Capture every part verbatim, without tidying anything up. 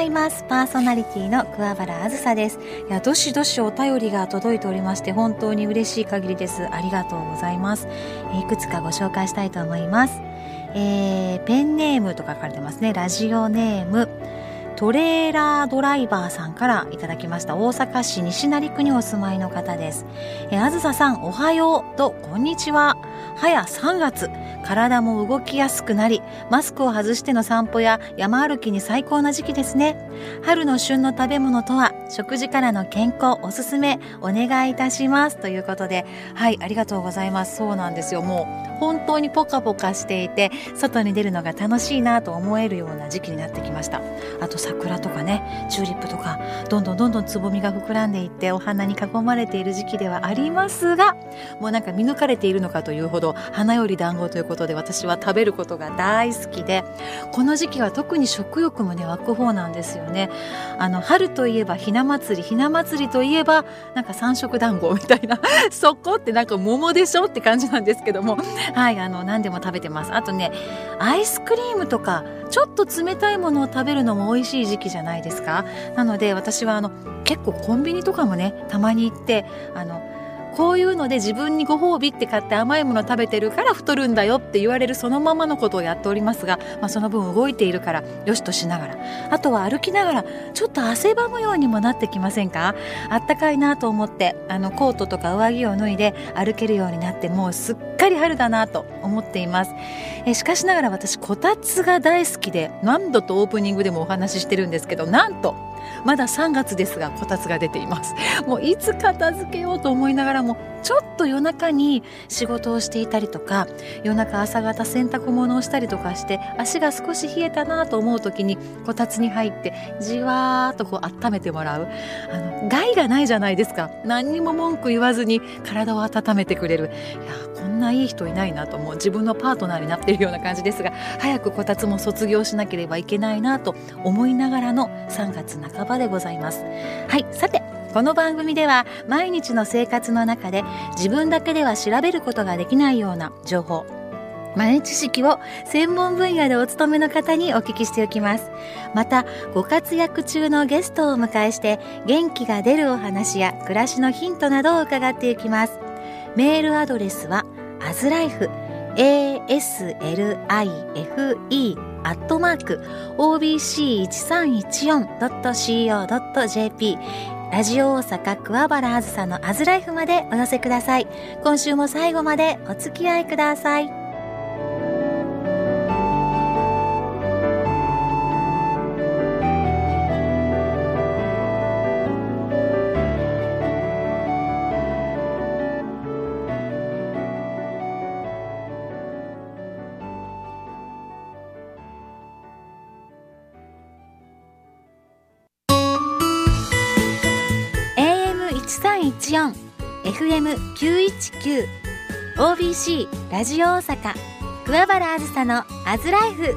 います。パーソナリティの桑原あずさです。いや、どしどしお便りが届いておりまして、本当に嬉しい限りです。ありがとうございます。いくつかご紹介したいと思います。えー、ペンネームと書かれてますね。ラジオネームトレーラードライバーさんからいただきました。大阪市西成区にお住まいの方です。えー、あずささんおはようとこんにちは。早さんがつ、体も動きやすくなり、マスクを外しての散歩や山歩きに最高な時期ですね。春の旬の食べ物とは、食事からの健康おすすめお願いいたしますということで、はい、ありがとうございます。そうなんですよ。もう本当にポカポカしていて、外に出るのが楽しいなと思えるような時期になってきました。あと桜とかね、チューリップとか、どんどんどんどんつぼみが膨らんでいってお花に囲まれている時期ではありますが、もうなんか見抜かれているのかというほど花より団子ということで、私は食べることが大好きで、この時期は特に食欲もね湧く方なんですよね。あの春といえばひな祭り、ひな祭りといえばなんか三色団子みたいなそこってなんか桃でしょって感じなんですけども、はい、あの何でも食べてます。あとね、アイスクリームとかちょっと冷たいものを食べるのも美味しい時期じゃないですか。なので私はあの結構コンビニとかもねたまに行って、あのこういうので自分にご褒美って買って甘いもの食べてるから太るんだよって言われるそのままのことをやっておりますが、まあ、その分動いているからよしとしながら、あとは歩きながらちょっと汗ばむようにもなってきませんか？あったかいなと思ってあのコートとか上着を脱いで歩けるようになって、もうすっかり春だなと思っています。えしかしながら私こたつが大好きで、何度とオープニングでもお話ししてるんですけど、なんとまださんがつですがこたつが出ています。もういつ片付けようと思いながらも、ちょっと夜中に仕事をしていたりとか、夜中朝方洗濯物をしたりとかして足が少し冷えたなと思う時にこたつに入ってじわーっとこう温めてもらう、あの害がないじゃないですか。何にも文句言わずに体を温めてくれる。いやこんないい人いないなと、もう自分のパートナーになっているような感じですが、早くこたつも卒業しなければいけないなと思いながらのさんがつなかばでございます。はい、さてこの番組では毎日の生活の中で自分だけでは調べることができないような情報、マネ知識を専門分野でお勤めの方にお聞きしておきます。またご活躍中のゲストをお迎えして元気が出るお話や暮らしのヒントなどを伺っていきます。メールアドレスはアズライフ エーエスエルアイエフイー アットマーク オービーシーいちさんいちよん ドット シーオー ドット ジェーピー ラジオ大阪桑原あずさのアズライフまでお寄せください。今週も最後までお付き合いください。いちさんいちよん エフエムきゅういちきゅう オービーシー ラジオ大阪桑原あずさのアズライフ。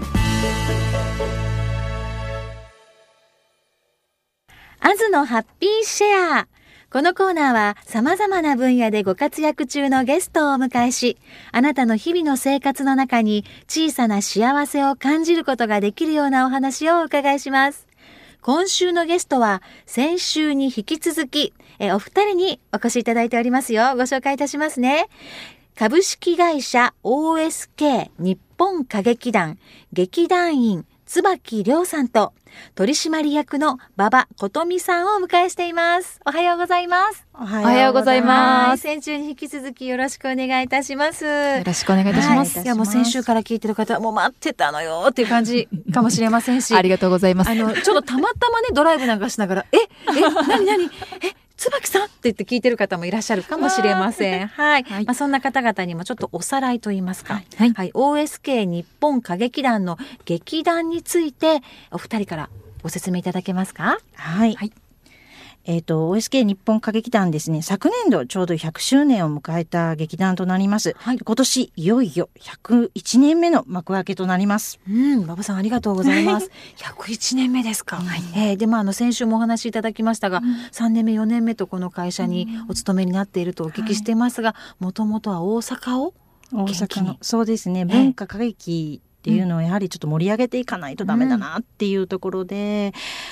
アズのハッピーシェア。このコーナーは様々な分野でご活躍中のゲストをお迎えし、あなたの日々の生活の中に小さな幸せを感じることができるようなお話をお伺いします。今週のゲストは先週に引き続きえお二人にお越しいただいておりますよ。ご紹介いたしますね。株式会社 オーエスケー 日本歌劇団劇団員椿亮さんと取締役の馬場琴美さんをお迎えしています。おはようございます。 おはようございます。 先週に引き続きよろしくお願いいたします。 よろしくお願いいたします。 はい、いやもう先週から聞いてる方はもう待ってたのよっていう感じかもしれませんしありがとうございます。 あのちょっとたまたまねドライブなんかしながらええ何何え椿さんって言って聞いてる方もいらっしゃるかもしれません。はい、はい、まあ、そんな方々にもちょっとおさらいと言いますか、はいはいはい、オーエスケー 日本歌劇団の劇団についてお二人からご説明いただけますか？ はい、はいえっと、オーエスケー 日本歌劇団ですね、昨年度ちょうどひゃくしゅうねんを迎えた劇団となります。はい、今年いよいよひゃくいちねんめの幕開けとなります。 うん、馬場さんありがとうございます。ひゃくいちねんめですか。はい、えー、で、まあ、あの先週もお話しいただきましたが、うん、さんねんめよねんめとこの会社にお勤めになっているとお聞きしていますが、もともとは大阪を大阪のそうですね、文化歌劇っていうのをやはりちょっと盛り上げていかないとダメだなっていうところで、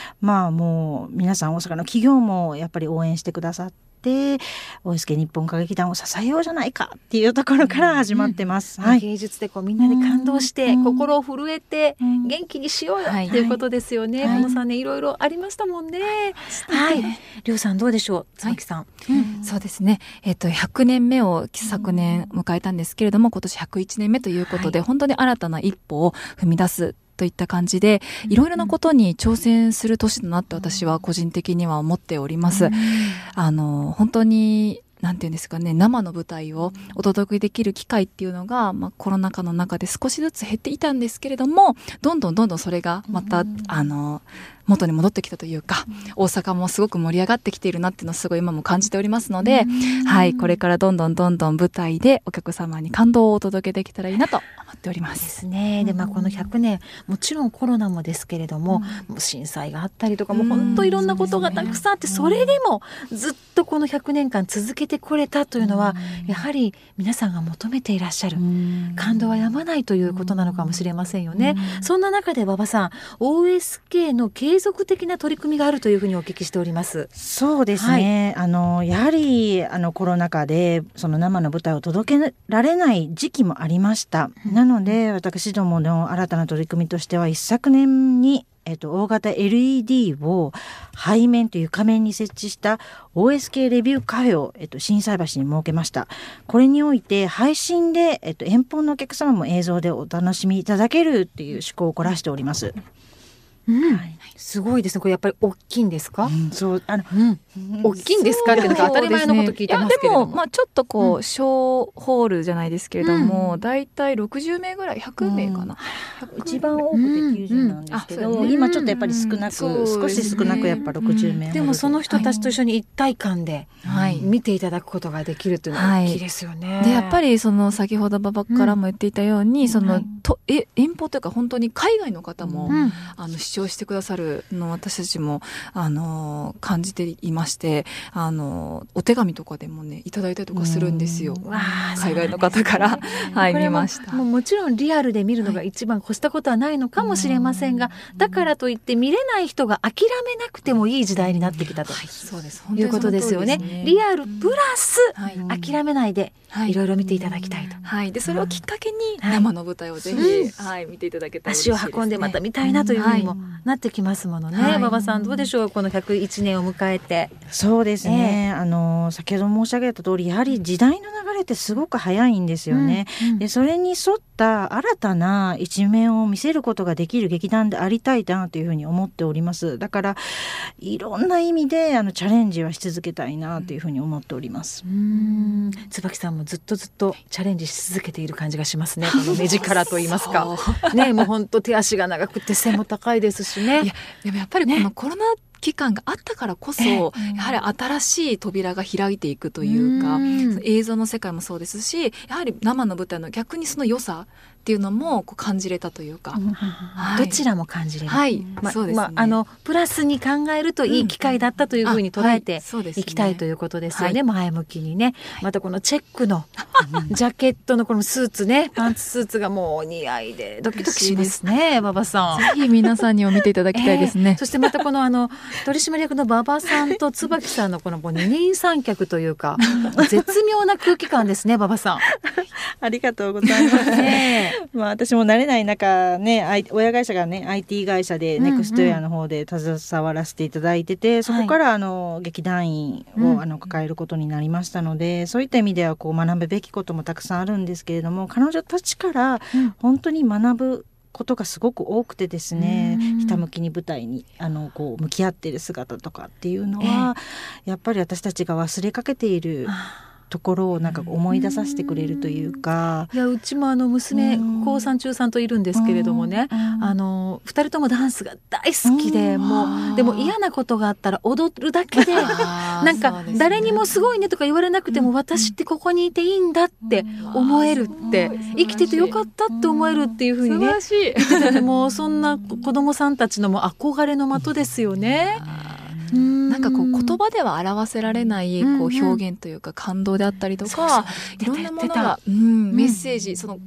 まあもう皆さん大阪の企業もやっぱり応援してくださってで オーエスケー 日本歌劇団を支えようじゃないかっていうところから始まってます、 うんうん、はい、芸術でこうみんなで感動して、うん、心を震えて、うん、元気にしようよ、はい、っていうことですよね、はい、このさんねんいろいろありましたもんね、はい、りょうさんどうでしょう、椿さん、 はいうん、そうですね、えっと、ひゃくねんめを昨年迎えたんですけれども、今年ひゃくいちねんめということで、はい、本当に新たな一歩を踏み出すといった感じでいろいろなことに挑戦する年だなって私は個人的には思っております。うん、あの本当になんていうんですかね、生の舞台をお届けできる機会っていうのが、まあ、コロナ禍の中で少しずつ減っていたんですけれども、どんどんどんどんそれがまた、うん、あの元に戻ってきたというか、大阪もすごく盛り上がってきているなっていうのをすごい今も感じておりますので、はい、これからどんどんどんどん舞台でお客様に感動をお届けできたらいいなと思っております。 ですね。で、まあ、このひゃくねんもちろんコロナもですけれども、うん、もう震災があったりとかもう本当いろんなことがたくさんあって、それでもずっとこのひゃくねんかん続けてこれたというのは、やはり皆さんが求めていらっしゃる感動はやまないということなのかもしれませんよね。そんな中で馬場さん オーエスケー の継続的な取り組みがあるというふうにお聞きしております。 そうですね、はい、あのやはりあのコロナ禍でその生の舞台を届けられない時期もありました、うん、なので私どもの新たな取り組みとしては一昨年にえっと、大型 エルイーディー を背面という仮面に設置した オーエスケー レビューカフェを、えっと、心斎橋に設けました。これにおいて配信で、えっと、遠方のお客様も映像でお楽しみいただけるっていう趣向を凝らしております。 うんはい、すごいですね。これやっぱり大きいんですか？うん、 そうあの、 うん、大きいんですかってなんか当たり前のこと聞いてますけれども、 いやでも、まあ、ちょっとこう、うん、小ホールじゃないですけれども、うん、だいたいろくじゅうめいぐらいひゃくめいかな、 うん、一番多くてきゅうじゅうなんですけど、うんうん、今ちょっとやっぱり少なく、うん、少し少なくやっぱろくじゅうめい、 うん、でもその人たちと一緒に一体感で見ていただくことができるというのは大きいですよね、はい、 でやっぱりその先ほど馬場からも言っていたように、うん、その、はい、とえ遠方というか本当に海外の方も、うん、あの視聴してくださるの私たちもあの感じていまして、あのお手紙とかでもねいただいたりとかするんですよ。海外の方から、はい、見ました。 もうもちろんリアルで見るのが一番越したことはないのかもしれませんが、はい、だからといって見れない人が諦めなくてもいい時代になってきたと、はい、そうですいうことですよね。リアルプラス、はい、諦めないで、はい、いろいろ見ていただきたいと、 はい、でそれをきっかけに生の舞台をぜひ、はいはい、見ていただけたら嬉しいですね。 足を運んでまた見たいなというふうにもなってきますものね。馬場、はい、さんどうでしょう、このひゃくいちねんを迎えて。 そうですね、えー、あの先ほど申し上げた通りやはり時代の流れってすごく早いんですよね、うんうん、でそれに沿った新たな一面を見せることができる劇団でありたいなというふうに思っております。だからいろんな意味であのチャレンジはし続けたいなというふうに思っております。 うーん、椿さんもずっとずっとチャレンジし続けている感じがしますね。この目力といいますかね、もう本当手足が長くて背も高いですしね。 いやでもやっぱりこのコロナ期間があったからこそ、やはり新しい扉が開いていくというか、う映像の世界もそうですし、やはり生の舞台の逆にその良さっていうのもこう感じれたというか、うんはい、どちらも感じれる、 はいまそうですねまあ、あのプラスに考えるといい機会だったというふうに捉えていきたいということですよね、はい、前向きにね、はい、またこのチェックのジャケットのこのスーツね、パンツスーツがもうお似合いでドキドキしますね。馬場さんぜひ皆さんにも見ていただきたいですね、 えー、そしてまたこのあの取締役の馬場さんと椿さんのこの二人三脚というか絶妙な空気感ですね。馬場さんありがとうございます、ねまあ、私も慣れない中、ね、親会社が、ね、アイティー 会社でネクストエアの方で携わらせていただいてて、うんうん、そこからあの劇団員を、はい、あの抱えることになりましたので、うん、そういった意味ではこう学ぶべきこともたくさんあるんですけれども、彼女たちから本当に学ぶことがすごく多くてですね、うん、ひたむきに舞台にあのこう向き合っている姿とかっていうのは、えー、やっぱり私たちが忘れかけているところをなんか思い出させてくれるというか、 いやうちもあの娘高さん中さんといるんですけれどもね、あのふたりともダンスが大好きで、もうでも嫌なことがあったら踊るだけでなんか誰にもすごいねとか言われなくても、私ってここにいていいんだって思えるって、生きててよかったって思えるっていうふうにね、もうそんな子供さんたちのも憧れの的ですよね。 なんかこう言葉では表せられないこう表現というか感動であったりとか、いろんなものが、うん、メッセージ、その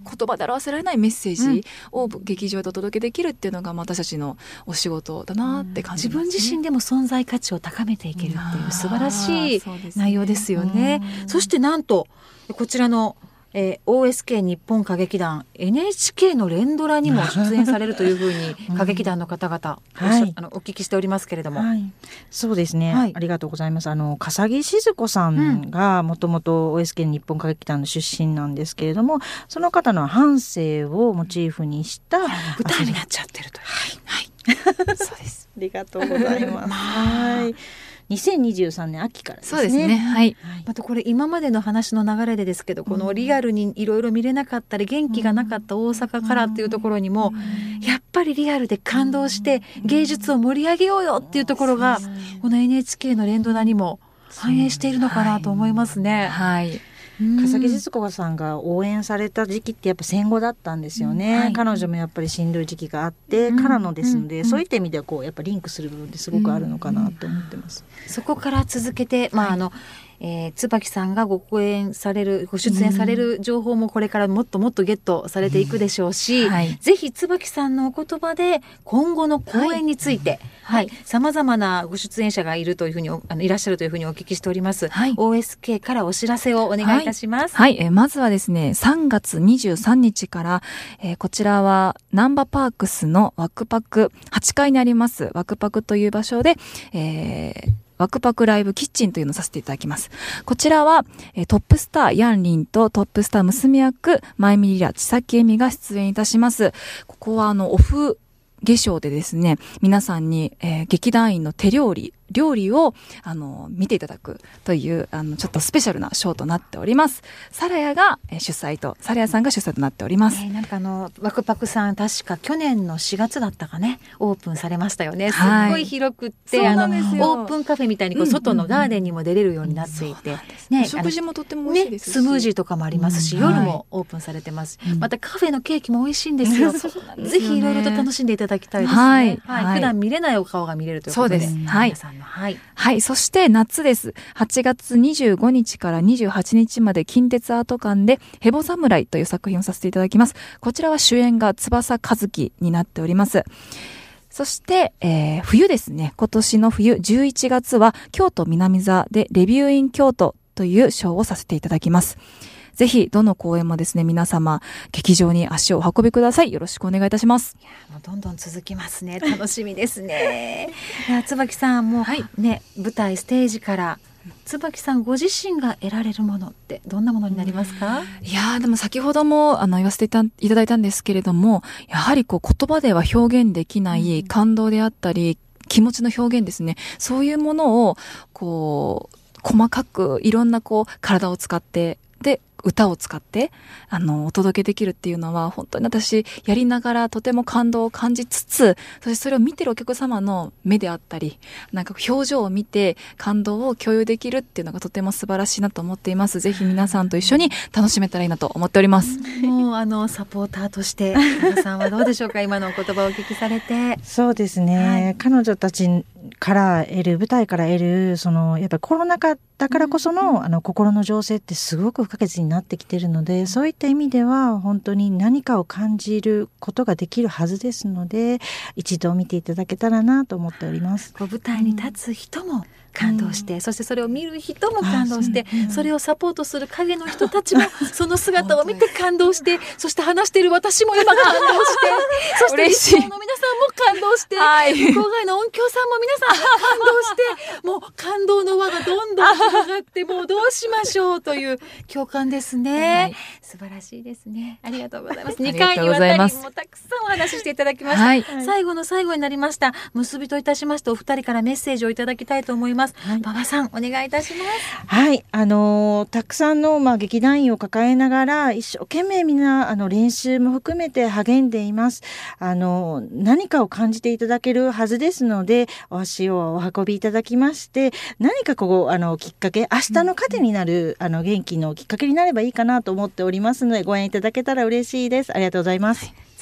言葉で表せられないメッセージを劇場でお届けできるっていうのが私たちのお仕事だなって感じますね。 自分自身でも存在価値を高めていけるっていう素晴らしい内容ですよね。そしてなんとこちらのえー、オーエスケー 日本歌劇団 エヌエイチケー の連ドラにも出演されるというふうに歌劇団の方々、うん、はい、あのお聞きしておりますけれども、はい、 そうですね、はい、ありがとうございます。あの笠木静子さんがもともと オーエスケー 日本歌劇団の出身なんですけれども、その方の半生をモチーフにした舞台になっちゃってるという、 はいはい、そうです。ありがとうございます。はい、にせんにじゅうさんねん秋からですね。 そうですね、はい、 またこれ今までの話の流れでですけど、このリアルにいろいろ見れなかったり元気がなかった大阪からっていうところにもやっぱりリアルで感動して芸術を盛り上げようよっていうところがこの エヌエイチケー の連ドラにも反映しているのかなと思いますね。 はい、はい、 笠木静子さんが応援された時期ってやっぱ戦後だったんですよね、うん、はい、彼女もやっぱりしんどい時期があってからのですので、うん、そういった意味ではこうやっぱリンクする部分ってすごくあるのかなと思ってます、 うん、そこから続けて、まあ、あのえー、椿さんがご講演されるご出演される情報もこれからもっともっとゲットされていくでしょうし、うん、はい、ぜひ椿さんのお言葉で今後の講演についてさまざまなご出演者がいるというふうにあのいらっしゃるというふうにお聞きしております、はい、オーエスケー からお知らせをお願いいたします。 はい、はい、えー、まずはですねさんがつにじゅうさんにちから、えー、こちらはナンバパークスのワクパクはちかいにありますワクパクという場所で、えーワクパクライブキッチンというのをさせていただきます。こちらは、えー、トップスターヤンリンとトップスター娘役マイミリラ千咲恵美が出演いたします。ここはあのオフ化粧でですね、皆さんに、えー、劇団員の手料理料理をあの見ていただくというあのちょっとスペシャルなショーとなっております。サラヤが、えー、主催とサラヤさんが主催となっております、 えー、なんかあのワクパクさん確か去年のしがつだったかねオープンされましたよね。すっごい広くって、はい、あのオープンカフェみたいにこう外のガーデンにも出れるようになっていて、 ね、食事もとっても美味しいですし、 ね、スムージーとかもありますし、うん、夜もオープンされてます、はい、またカフェのケーキも美味しいんですよ、うん、ぜひいろいろと楽しんでいただきたいですね、はいはいはい、普段見れないお顔が見れるということで、そうです、はい、皆さんのはいはい、そして夏です。はちがつにじゅうごにちからにじゅうはちにちまで近鉄アート館でヘボ侍という作品をさせていただきます。こちらは主演が翼和樹になっております。そして、えー、冬ですね。今年の冬じゅういちがつは京都南座でレビューイン京都というショーをさせていただきます。ぜひどの公演もですね皆様劇場に足をお運びください。よろしくお願いいたします。 いやもうどんどん続きますね。楽しみですね。いや椿さんも、はい、ね舞台ステージから椿さんご自身が得られるものってどんなものになりますか？ いやでも先ほどもあの言わせていただいたんですけれども、やはりこう言葉では表現できない感動であったり、うん、気持ちの表現ですね。そういうものをこう細かくいろんなこう体を使ってで歌を使ってあのお届けできるっていうのは本当に私やりながらとても感動を感じつつ、そしてそれを見てるお客様の目であったりなんか表情を見て感動を共有できるっていうのがとても素晴らしいなと思っています。ぜひ皆さんと一緒に楽しめたらいいなと思っております。 もうあのサポーターとして皆さんはどうでしょうか？今のお言葉をお聞きされて。 そうですね、はい、彼女たちから得る舞台から得るそのやっぱりコロナ禍だからこその、うん、あの心の情勢ってすごく不可欠になってきているので、そういった意味では本当に何かを感じることができるはずですので、一度見ていただけたらなと思っております。 こう舞台に立つ人も感動して、うん、そしてそれを見る人も感動して、うん、それをサポートする影の人たちもその姿を見て感動してそして話している私も今感動してそしてリスナーの皆さんも感動して、はい、向こう側の音響さんも皆さん感動してもう感動の輪がどんどん広がってもうどうしましょうという共感ですね、はい、素晴らしいですね。ありがとうございます。にかいにわたりもたくさんお話ししていただきました、はい、最後の最後になりました。結びといたしましてお二人からメッセージをいただきたいと思います。はい、馬場さんお願いいたします。 はい、あのー、たくさんの、まあ、劇団員を抱えながら一生懸命みんなあの練習も含めて励んでいます。あのー、何かを感じていただけるはずですのでお足をお運びいただきまして何かこうあのきっかけ明日の糧になる、うん、あの元気のきっかけになればいいかなと思っておりますのでご縁いただけたら嬉しいです。ありがとうございます。はい、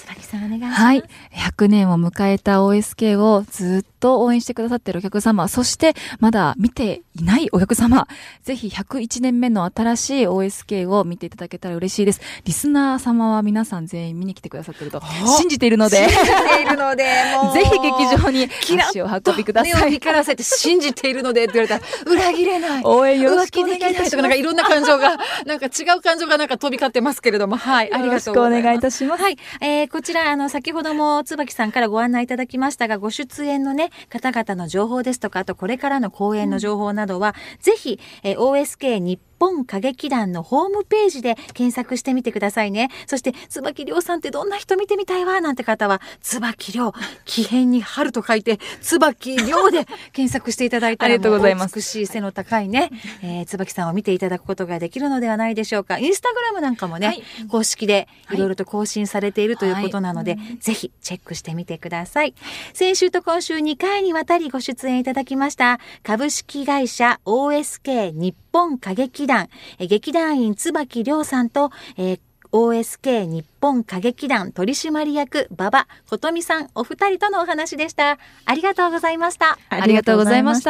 椿さんお願いします。 はい。ひゃくねんを迎えた オーエスケー をずっと応援してくださっているお客様、そしてまだ見ていないお客様、ぜひひゃくいちねんめの新しい オーエスケー を見ていただけたら嬉しいです。リスナー様は皆さん全員見に来てくださっていると信じているので、 信じているので、もうぜひ劇場に足を運びください。 目を光らせて信じているのでって言われたら裏切れない。 応援よろしくお願いいたします。 浮気できないとかなんかいろんな感情がなんか違う感情がなんか飛び交ってますけれども、はい、ありがとうございます。 よろしくお願いいたします。 はい、えー、こちらあの先ほども椿さんからご案内いただきましたが、ご出演のね方々の情報ですとか、あとこれからの公演の情報などは、うん、ぜひ、えー、オーエスケー 日本歌劇団のホームページで検索してみてくださいね。そして椿亮さんってどんな人見てみたいわなんて方は椿亮、木偏に春と書いて椿亮で検索していただいたらありがとうございます。 美しい背の高いね、えー、椿さんを見ていただくことができるのではないでしょうか。インスタグラムなんかもね、はい、公式でいろいろと更新されているということなので、はい、ぜひチェックしてみてください。先週と今週にかいにわたりご出演いただきました株式会社 オーエスケー 日本歌劇団劇団員椿亮さんと、えーオーエスケー 日本歌劇団取締役馬場琴美さん、お二人とのお話でした。ありがとうございました。 ありがとうございました。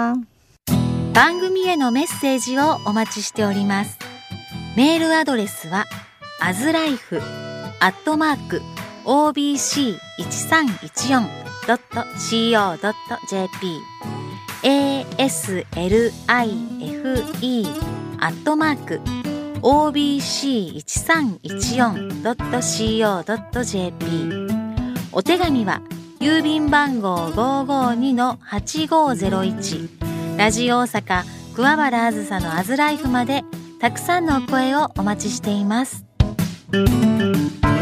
番組へのメッセージをお待ちしております。メールアドレスは アズライフ アットマーク オービーシーいちさんいちよん ドット シーオー ドット ジェーピー エーエスエルアイエフイー アットマークオービーシーいちさんいちよん ドット シーオー ドット ジェーピー。 お手紙は郵便番号 ごーごーにのはちごーゼロいち ラジオ大阪桑原あずさのアズライフまで、たくさんのお声をお待ちしています。